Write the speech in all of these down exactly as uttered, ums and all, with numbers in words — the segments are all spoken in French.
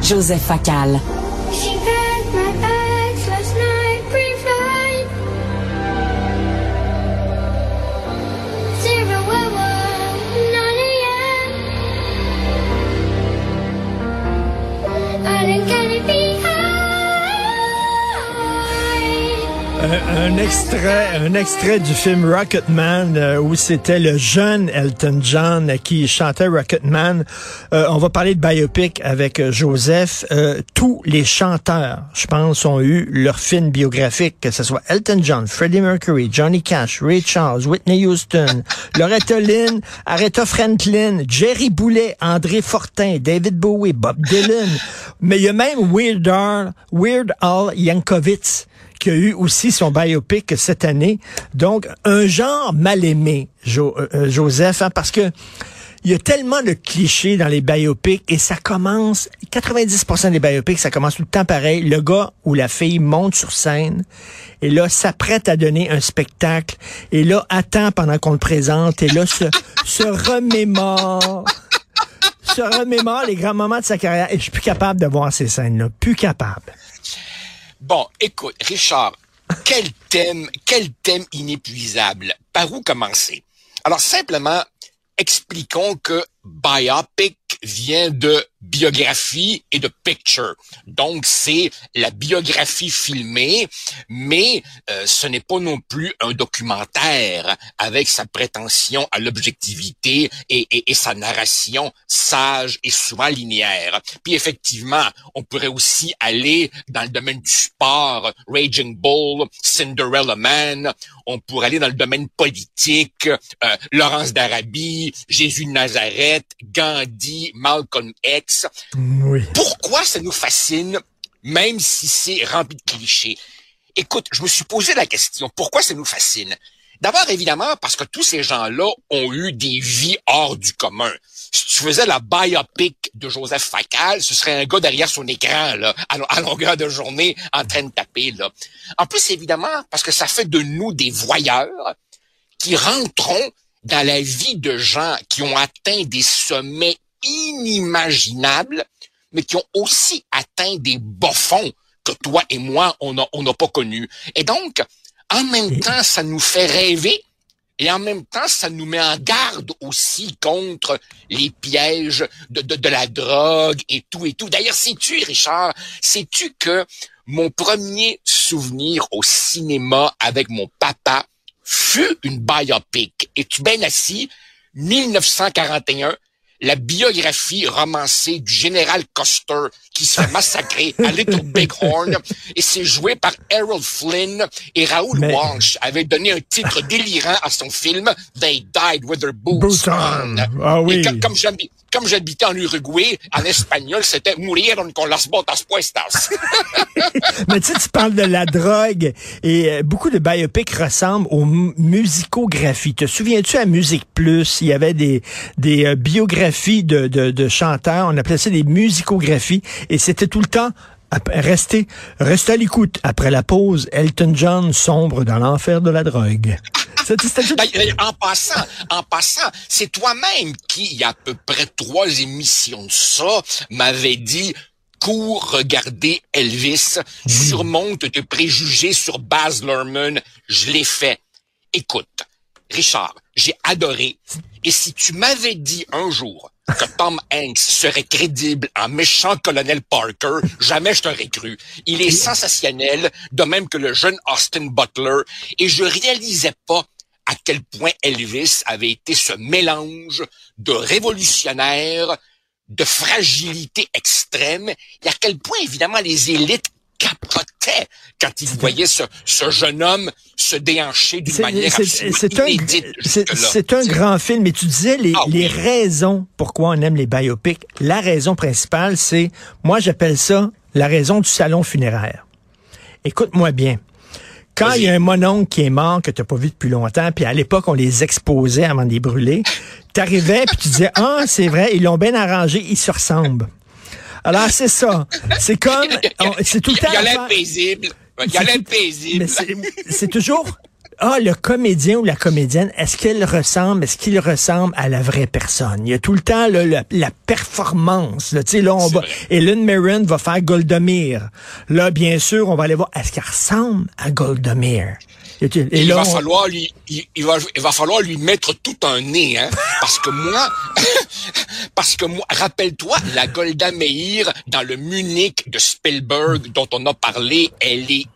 Joseph Facal. She packed my bags last night, pre-flight. Zero hour, nine a.m. I didn't get it behind. Un, un extrait, un extrait du film Rocketman euh, où c'était le jeune Elton John qui chantait Rocketman. Euh, on va parler de biopic avec euh, Joseph. Euh, tous les chanteurs, je pense, ont eu leur film biographique, que ce soit Elton John, Freddie Mercury, Johnny Cash, Ray Charles, Whitney Houston, Loretta Lynn, Aretha Franklin, Jerry Boulet, André Fortin, David Bowie, Bob Dylan. Mais il y a même Weird Al, Weird Al Yankovic qui a eu aussi son biopic cette année. Donc, un genre mal aimé, jo, euh, Joseph, hein, parce que il y a tellement de clichés dans les biopics et ça commence, quatre-vingt-dix pour cent des biopics, ça commence tout le temps pareil. Le gars ou la fille monte sur scène et là, s'apprête à donner un spectacle et là, attend pendant qu'on le présente et là, se, se remémore... se remémore les grands moments de sa carrière et je suis plus capable de voir ces scènes-là. Plus capable. Bon, écoute, Richard, quel thème, quel thème inépuisable. Par où commencer? Alors, simplement, expliquons que biopic vient de biographie et de picture. Donc, c'est la biographie filmée, mais euh, ce n'est pas non plus un documentaire avec sa prétention à l'objectivité et, et, et sa narration sage et souvent linéaire. Puis effectivement, on pourrait aussi aller dans le domaine du sport, Raging Bull, Cinderella Man. On pourrait aller dans le domaine politique, euh, Laurence d'Arabie, Jésus de Nazareth, Gandhi, Malcolm X. Oui. Pourquoi ça nous fascine, même si c'est rempli de clichés? Écoute, je me suis posé la question, pourquoi ça nous fascine? D'abord, évidemment, parce que tous ces gens-là ont eu des vies hors du commun. Si tu faisais la biopic de Joseph Facal, ce serait un gars derrière son écran, là, à, à longueur de journée, en train de taper, là. En plus, évidemment, parce que ça fait de nous des voyeurs qui rentrons dans la vie de gens qui ont atteint des sommets inimaginables, mais qui ont aussi atteint des bas-fonds que toi et moi, on n'a on n'a pas connus. Et donc, en même temps, ça nous fait rêver, et en même temps, ça nous met en garde aussi contre les pièges de, de, de la drogue et tout et tout. D'ailleurs, sais-tu, Richard, sais-tu que mon premier souvenir au cinéma avec mon papa fut une biopic? Es-tu bien assis? mille neuf cent quarante et un, la biographie romancée du général Custer qui se fait massacrer à Little Bighorn, et c'est joué par Errol Flynn, et Raoul Mais... Walsh avait donné un titre délirant à son film They Died with Their Boots On. Ah oui. Et comme, comme j'habitais comme j'habitais en Uruguay, en espagnol, c'était Murieron con las botas puestas. Mais tu sais, tu parles de la drogue et euh, beaucoup de biopics ressemblent aux m- musicographies. Te souviens-tu à Musique Plus, il y avait des des euh, biographies de, de de chanteurs, on appelait ça des musicographies et c'était tout le temps restez restez à l'écoute. Après la pause, Elton John sombre dans l'enfer de la drogue. Ben, en passant, en passant, c'est toi-même qui, il y a à peu près trois émissions de ça, m'avait dit cours regarder Elvis, mmh. surmonte tes préjugés sur Baz Luhrmann. Je l'ai fait. Écoute, Richard, j'ai adoré. Et si tu m'avais dit un jour que Tom Hanks serait crédible en méchant colonel Parker, jamais je t'aurais cru. Il est sensationnel, de même que le jeune Austin Butler, et je réalisais pas à quel point Elvis avait été ce mélange de révolutionnaire, de fragilité extrême, et à quel point, évidemment, les élites capotaient quand ils voyaient ce, ce jeune homme se déhancher d'une c'est, manière c'est, absolument c'est inédite. Un, c'est, c'est un grand film, mais tu disais les, ah, les oui. raisons pourquoi on aime les biopics. La raison principale, c'est, moi j'appelle ça la raison du salon funéraire. Écoute-moi bien. Quand il y a un mononcle qui est mort, que tu n'as pas vu depuis longtemps, puis à l'époque, on les exposait avant de les brûler, t'arrivais puis tu disais, ah, c'est vrai, ils l'ont bien arrangé, ils se ressemblent. Alors, c'est ça. C'est comme, on, c'est tout le temps... Il y a l'air paisible. Il y a l'air paisible. Mais c'est, c'est toujours... ah, le comédien ou la comédienne, est-ce qu'elle ressemble, est-ce qu'il ressemble à la vraie personne? Il y a tout le temps là, la, la performance. Là, tu sais, là, on va, Helen Mirren va faire Golda Meir. Là, bien sûr, on va aller voir, est-ce qu'elle ressemble à Golda Meir? Et, et il là, va on... falloir lui, il, il va, il va falloir lui mettre tout un nez, hein, parce que moi, parce que moi, rappelle-toi, la Golda Meir dans le Munich de Spielberg dont on a parlé, elle est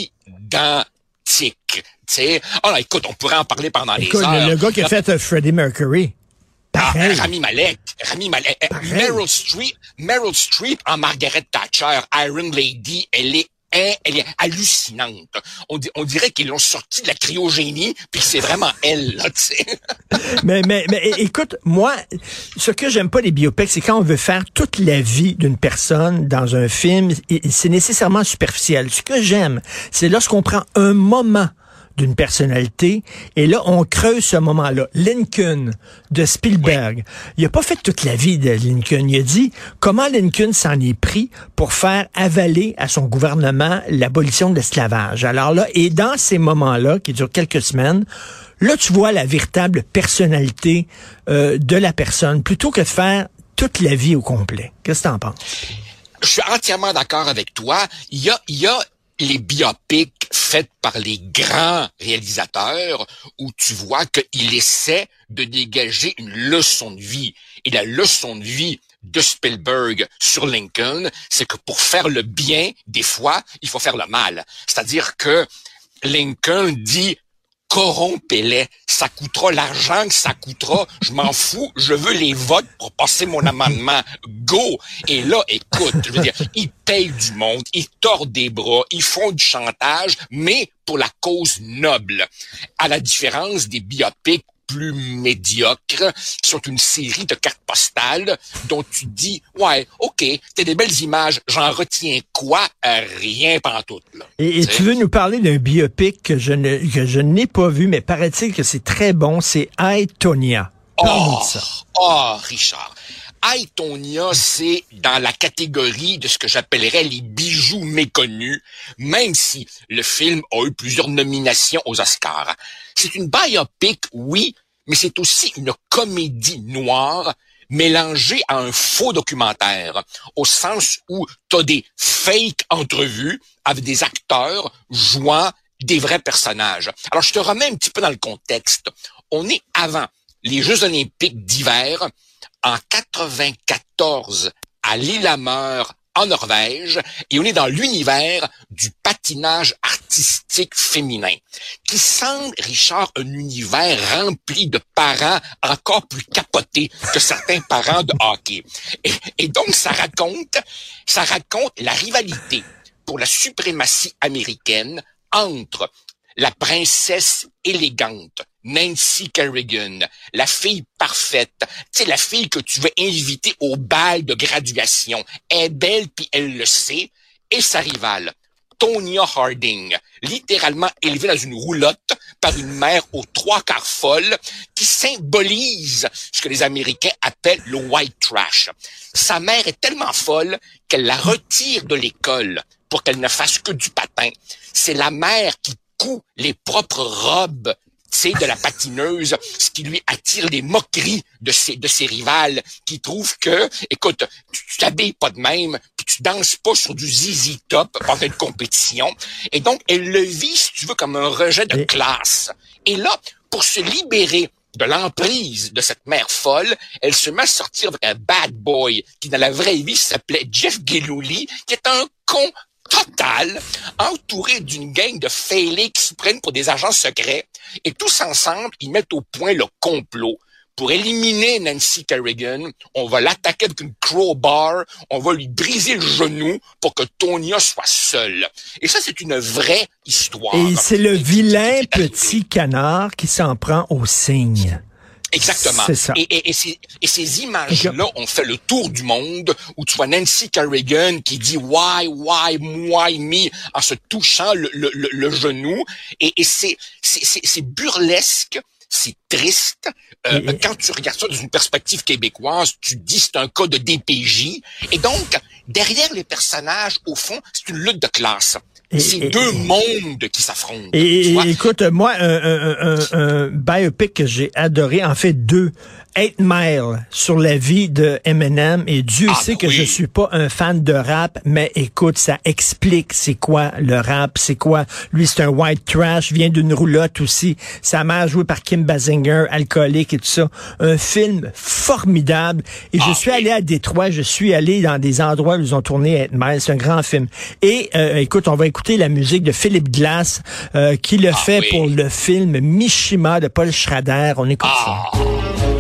identique. Tu sais, oh là, écoute, on pourrait en parler pendant écoute, des heures. Le, le gars qui a fait uh, Freddie Mercury. Pareil. Ah, Rami Malek, Rami Malek, Pareil. Meryl Streep, Meryl Streep en Margaret Thatcher, Iron Lady, elle est Hein, elle est hallucinante. On, di- on dirait qu'ils l'ont sortie de la cryogénie, puis c'est vraiment elle, là, tu sais. mais, mais, mais écoute, moi, ce que j'aime pas des biopics, c'est quand on veut faire toute la vie d'une personne dans un film, et c'est nécessairement superficiel. Ce que j'aime, c'est lorsqu'on prend un moment d'une personnalité, et là, on creuse ce moment-là. Lincoln, de Spielberg. Oui. Il a pas fait toute la vie de Lincoln. Il a dit comment Lincoln s'en est pris pour faire avaler à son gouvernement l'abolition de l'esclavage. Alors là, et dans ces moments-là, qui durent quelques semaines, là, tu vois la véritable personnalité euh, de la personne, plutôt que de faire toute la vie au complet. Qu'est-ce que t'en penses? Je suis entièrement d'accord avec toi. Il y a, il y a les biopics faits par les grands réalisateurs où tu vois qu'ils essaient de dégager une leçon de vie. Et la leçon de vie de Spielberg sur Lincoln, c'est que pour faire le bien, des fois, il faut faire le mal. C'est-à-dire que Lincoln dit corrompez-les, ça coûtera l'argent que ça coûtera, je m'en fous, je veux les votes pour passer mon amendement, go! Et là, écoute, je veux dire, ils payent du monde, ils tordent des bras, ils font du chantage, mais pour la cause noble. À la différence des biopics plus médiocres, qui sont une série de cartes postales dont tu dis, ouais, ok, t'as des belles images, j'en retiens quoi? Euh, rien pantoute, là. Et, et tu veux nous parler d'un biopic que je ne, que je n'ai pas vu, mais paraît-il que c'est très bon, c'est I, Tonya. Oh, oh, Richard. I, Tonya, c'est dans la catégorie de ce que j'appellerais les bijoux méconnus, même si le film a eu plusieurs nominations aux Oscars. C'est une biopic, oui, mais c'est aussi une comédie noire mélangée à un faux documentaire, au sens où t'as des fake entrevues avec des acteurs jouant des vrais personnages. Alors, je te remets un petit peu dans le contexte. On est avant les Jeux olympiques d'hiver, en quatre-vingt-quatorze, à Lillehammer, en Norvège, et on est dans l'univers du patinage artistique féminin, qui semble, Richard, un univers rempli de parents encore plus capotés que certains parents de hockey. Et, et donc, ça raconte, ça raconte la rivalité pour la suprématie américaine entre la princesse élégante, Nancy Kerrigan, la fille parfaite, tu sais, la fille que tu veux inviter au bal de graduation. Elle est belle puis elle le sait. Et sa rivale, Tonya Harding, littéralement élevée dans une roulotte par une mère aux trois quarts folle, qui symbolise ce que les Américains appellent le white trash. Sa mère est tellement folle qu'elle la retire de l'école pour qu'elle ne fasse que du patin. C'est la mère qui coud les propres robes, tu sais, de la patineuse, ce qui lui attire les moqueries de ses, de ses rivales, qui trouvent que, écoute, tu, tu t'habilles pas de même, puis tu danses pas sur du zizi top pendant une compétition. Et donc, elle le vit, si tu veux, comme un rejet de classe. Et là, pour se libérer de l'emprise de cette mère folle, elle se met à sortir avec un bad boy, qui dans la vraie vie s'appelait Jeff Gillooly, qui est un con total, entouré d'une gang de fêlés qui se prennent pour des agents secrets, et tous ensemble, ils mettent au point le complot. Pour éliminer Nancy Kerrigan, on va l'attaquer avec une crowbar, on va lui briser le genou pour que Tonya soit seule. Et ça, c'est une vraie histoire. Et c'est le vilain petit canard qui s'en prend au cygne. Exactement. C'est ça. Et, et, et, ces, et ces images-là ont fait le tour du monde, où tu vois Nancy Kerrigan qui dit « Why, why, why me ?» en se touchant le, le, le, le genou. Et, et c'est, c'est, c'est, c'est burlesque, c'est triste. Euh, et, quand tu regardes ça dans une perspective québécoise, tu te dis c'est un cas de D P J. Et donc, derrière les personnages, au fond, c'est une lutte de classe. Et, c'est et, deux et, mondes qui s'affrontent. Et, et écoute, moi, un, un, un, un biopic que j'ai adoré, en fait deux, Eight Mile, sur la vie de Eminem, et Dieu ah, sait ben que oui. je suis pas un fan de rap, mais écoute, ça explique c'est quoi le rap, c'est quoi. Lui, c'est un white trash, vient d'une roulotte aussi. Sa mère jouée par Kim Basinger, alcoolique et tout ça. Un film formidable. Et ah, je suis oui. allé à Détroit, je suis allé dans des endroits où ils ont tourné Eight Mile. C'est un grand film. Et euh, écoute, on va écouter la musique de Philip Glass, euh, qui le ah, fait oui. pour le film Mishima de Paul Schrader. On écoute ah. ça.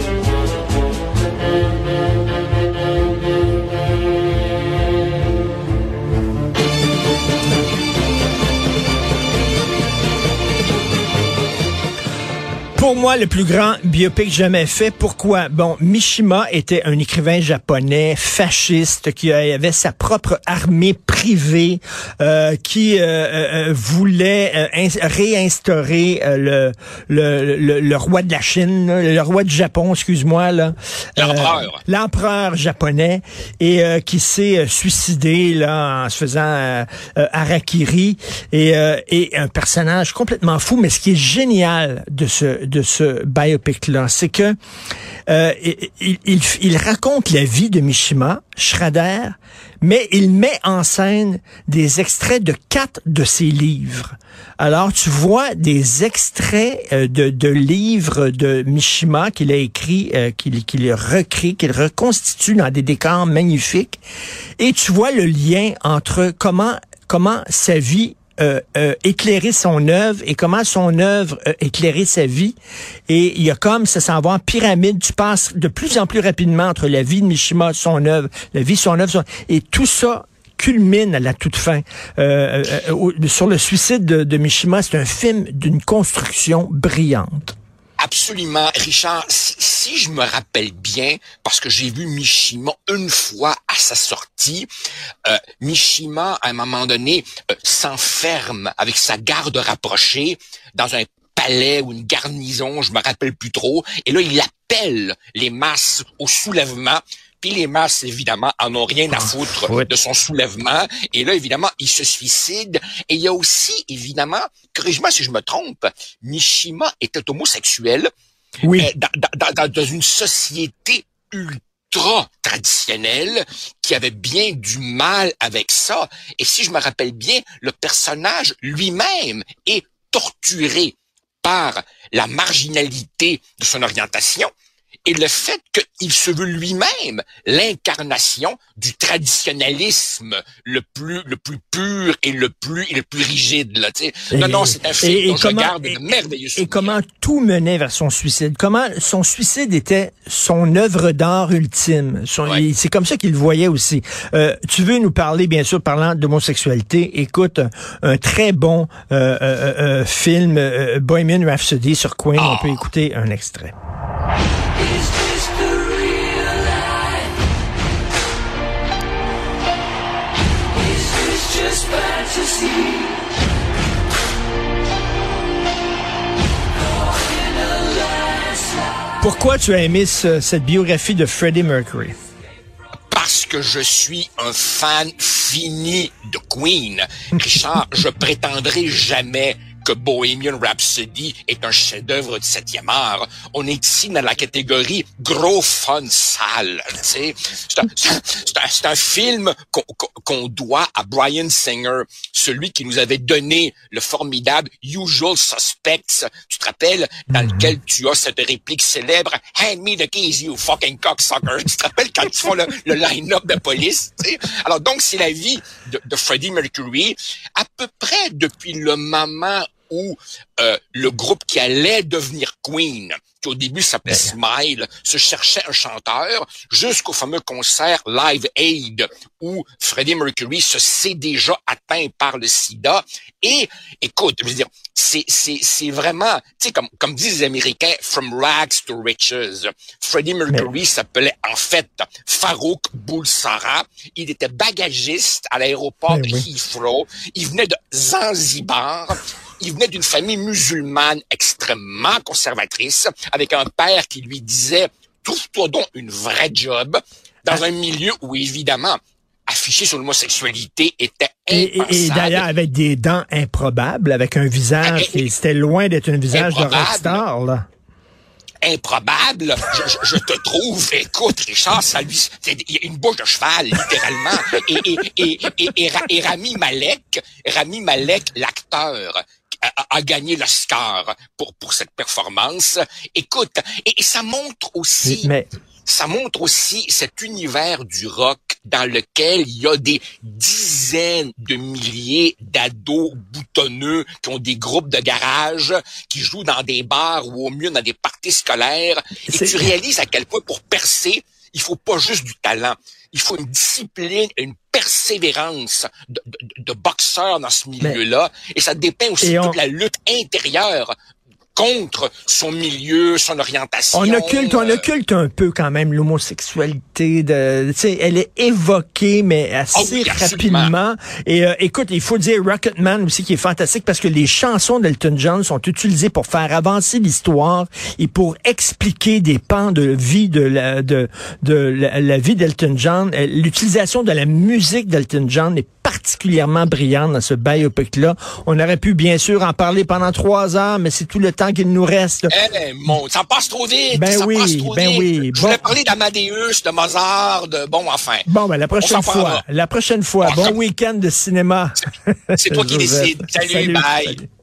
Pour moi, le plus grand biopic jamais fait. Pourquoi? Bon, Mishima était un écrivain japonais fasciste qui avait sa propre armée privée, euh, qui euh, euh, voulait euh, réinstaurer euh, le, le, le, le roi de la Chine, le roi du Japon, excuse-moi, là. L'empereur. Euh, l'empereur japonais, et euh, qui s'est suicidé là en se faisant euh, euh, harakiri, et, euh, et un personnage complètement fou. Mais ce qui est génial de ce de ce biopic-là, c'est que euh, il, il, il raconte la vie de Mishima, Schrader, mais il met en scène des extraits de quatre de ses livres. Alors, tu vois des extraits euh, de, de livres de Mishima qu'il a écrit, euh, qu'il qu'il recrée, qu'il reconstitue dans des décors magnifiques, et tu vois le lien entre comment comment sa vie Euh, euh, éclairer son œuvre et comment son œuvre euh, éclairer sa vie. Et il y a comme, ça s'en va en pyramide, tu passes de plus en plus rapidement entre la vie de Mishima, son œuvre, la vie, son œuvre, son... et tout ça culmine à la toute fin. Euh, euh, euh, sur le suicide de, de Mishima, c'est un film d'une construction brillante. Absolument, Richard. Si, si je me rappelle bien, parce que j'ai vu Mishima une fois à sa sortie, euh, Mishima, à un moment donné, euh, s'enferme avec sa garde rapprochée dans un palais ou une garnison, je me rappelle plus trop, et là, il appelle les masses au soulèvement. Puis les masses, évidemment, en ont rien à foutre de son soulèvement. Et là, évidemment, il se suicide. Et il y a aussi, évidemment, corrige-moi si je me trompe, Mishima était homosexuel. Oui. Euh, dans, dans, dans une société ultra traditionnelle qui avait bien du mal avec ça. Et si je me rappelle bien, le personnage lui-même est torturé par la marginalité de son orientation. Et le fait qu'il se veut lui-même l'incarnation du traditionnalisme le plus le plus pur et le plus et le plus rigide là, tu sais. Non non, c'est un film et, et dont comment, je garde de merveilleux souvenirs. Et comment tout menait vers son suicide. Comment son suicide était son œuvre d'art ultime. Son, ouais. C'est comme ça qu'il le voyait aussi. Euh, tu veux nous parler, bien sûr, parlant d'homosexualité. Écoute, un, un très bon euh, euh, euh, film, euh, Bohemian Rhapsody sur Queen. Oh. On peut écouter un extrait. Is this the real life? Is this just fantasy? Pourquoi tu as aimé ce, cette biographie de Freddie Mercury? Parce que je suis un fan fini de Queen. Richard, je prétendrai jamais que Bohemian Rhapsody est un chef-d'œuvre du septième art. On est ici dans la catégorie gros fun sale. Tu sais, c'est un, c'est un, c'est un film qu'on, qu'on doit à Bryan Singer, celui qui nous avait donné le formidable Usual Suspects. Tu te rappelles, dans mm-hmm. lequel tu as cette réplique célèbre « Hand me the keys, you fucking cocksucker ». Tu te rappelles quand ils font le, le line-up de police, tu sais? Alors donc, c'est la vie de, de Freddie Mercury à peu près depuis le moment où euh, le groupe qui allait devenir Queen, qui au début s'appelait Smile, se cherchait un chanteur, jusqu'au fameux concert Live Aid, où Freddie Mercury se sait déjà atteint par le sida. Et, écoute, je veux dire, c'est, c'est, c'est vraiment, tu sais, comme, comme disent les Américains, from rags to riches. Freddie Mercury Mais... s'appelait, en fait, Farouk Bulsara. Il était bagagiste à l'aéroport Mais de oui. Heathrow. Il venait de Zanzibar. Il venait d'une famille musulmane extrêmement conservatrice, avec un père qui lui disait « Trouve-toi donc une vraie job » dans un milieu où, évidemment, affiché sur l'homosexualité était Et, et, et d'ailleurs, avec des dents improbables, avec un visage Et- et- qui c'était loin d'être un visage de Improbable. rockstar, là. Improbable, je, je, je te trouve, écoute, Richard, ça lui, c'est il y a une bouche de cheval, littéralement. Et, et, et, et, et, Ra- et Rami Malek, Rami Malek, l'acteur, a, a gagné l'Oscar pour, pour cette performance. Écoute, et, et ça montre aussi, Mais ça montre aussi cet univers du rock dans lequel il y a des dizaines de milliers d'ados boutonneux qui ont des groupes de garage, qui jouent dans des bars ou au mieux dans des parties scolaires. Et C'est- tu réalises à quel point pour percer, il faut pas juste du talent. Il faut une discipline, une persévérance de, de, de boxeur dans ce milieu-là. Et ça dépeint aussi Et on- toute la lutte intérieure contre son milieu, son orientation. on occulte, on euh, occulte un peu quand même l'homosexualité. De, tu sais, elle est évoquée, mais assez Ah oui, absolument. rapidement. Et euh, écoute, il faut dire Rocketman aussi qui est fantastique parce que les chansons d'Elton John sont utilisées pour faire avancer l'histoire et pour expliquer des pans de vie de la de de la, la vie d'Elton John. Euh, L'utilisation de la musique d'Elton John est particulièrement brillante dans ce biopic-là. On aurait pu bien sûr en parler pendant trois heures, mais c'est tout le temps qu'il nous reste. Eh, mon, ça passe trop vite. Ben ça oui, passe trop ben vite. oui. Je Bon. voulais parler d'Amadeus, de Mozart, de bon, enfin. Bon, ben la prochaine On s'en fois, parlera. la prochaine fois, Ah, bon comme- week-end de cinéma. C'est toi qui Joseph. décides. Salut, bye. Salut.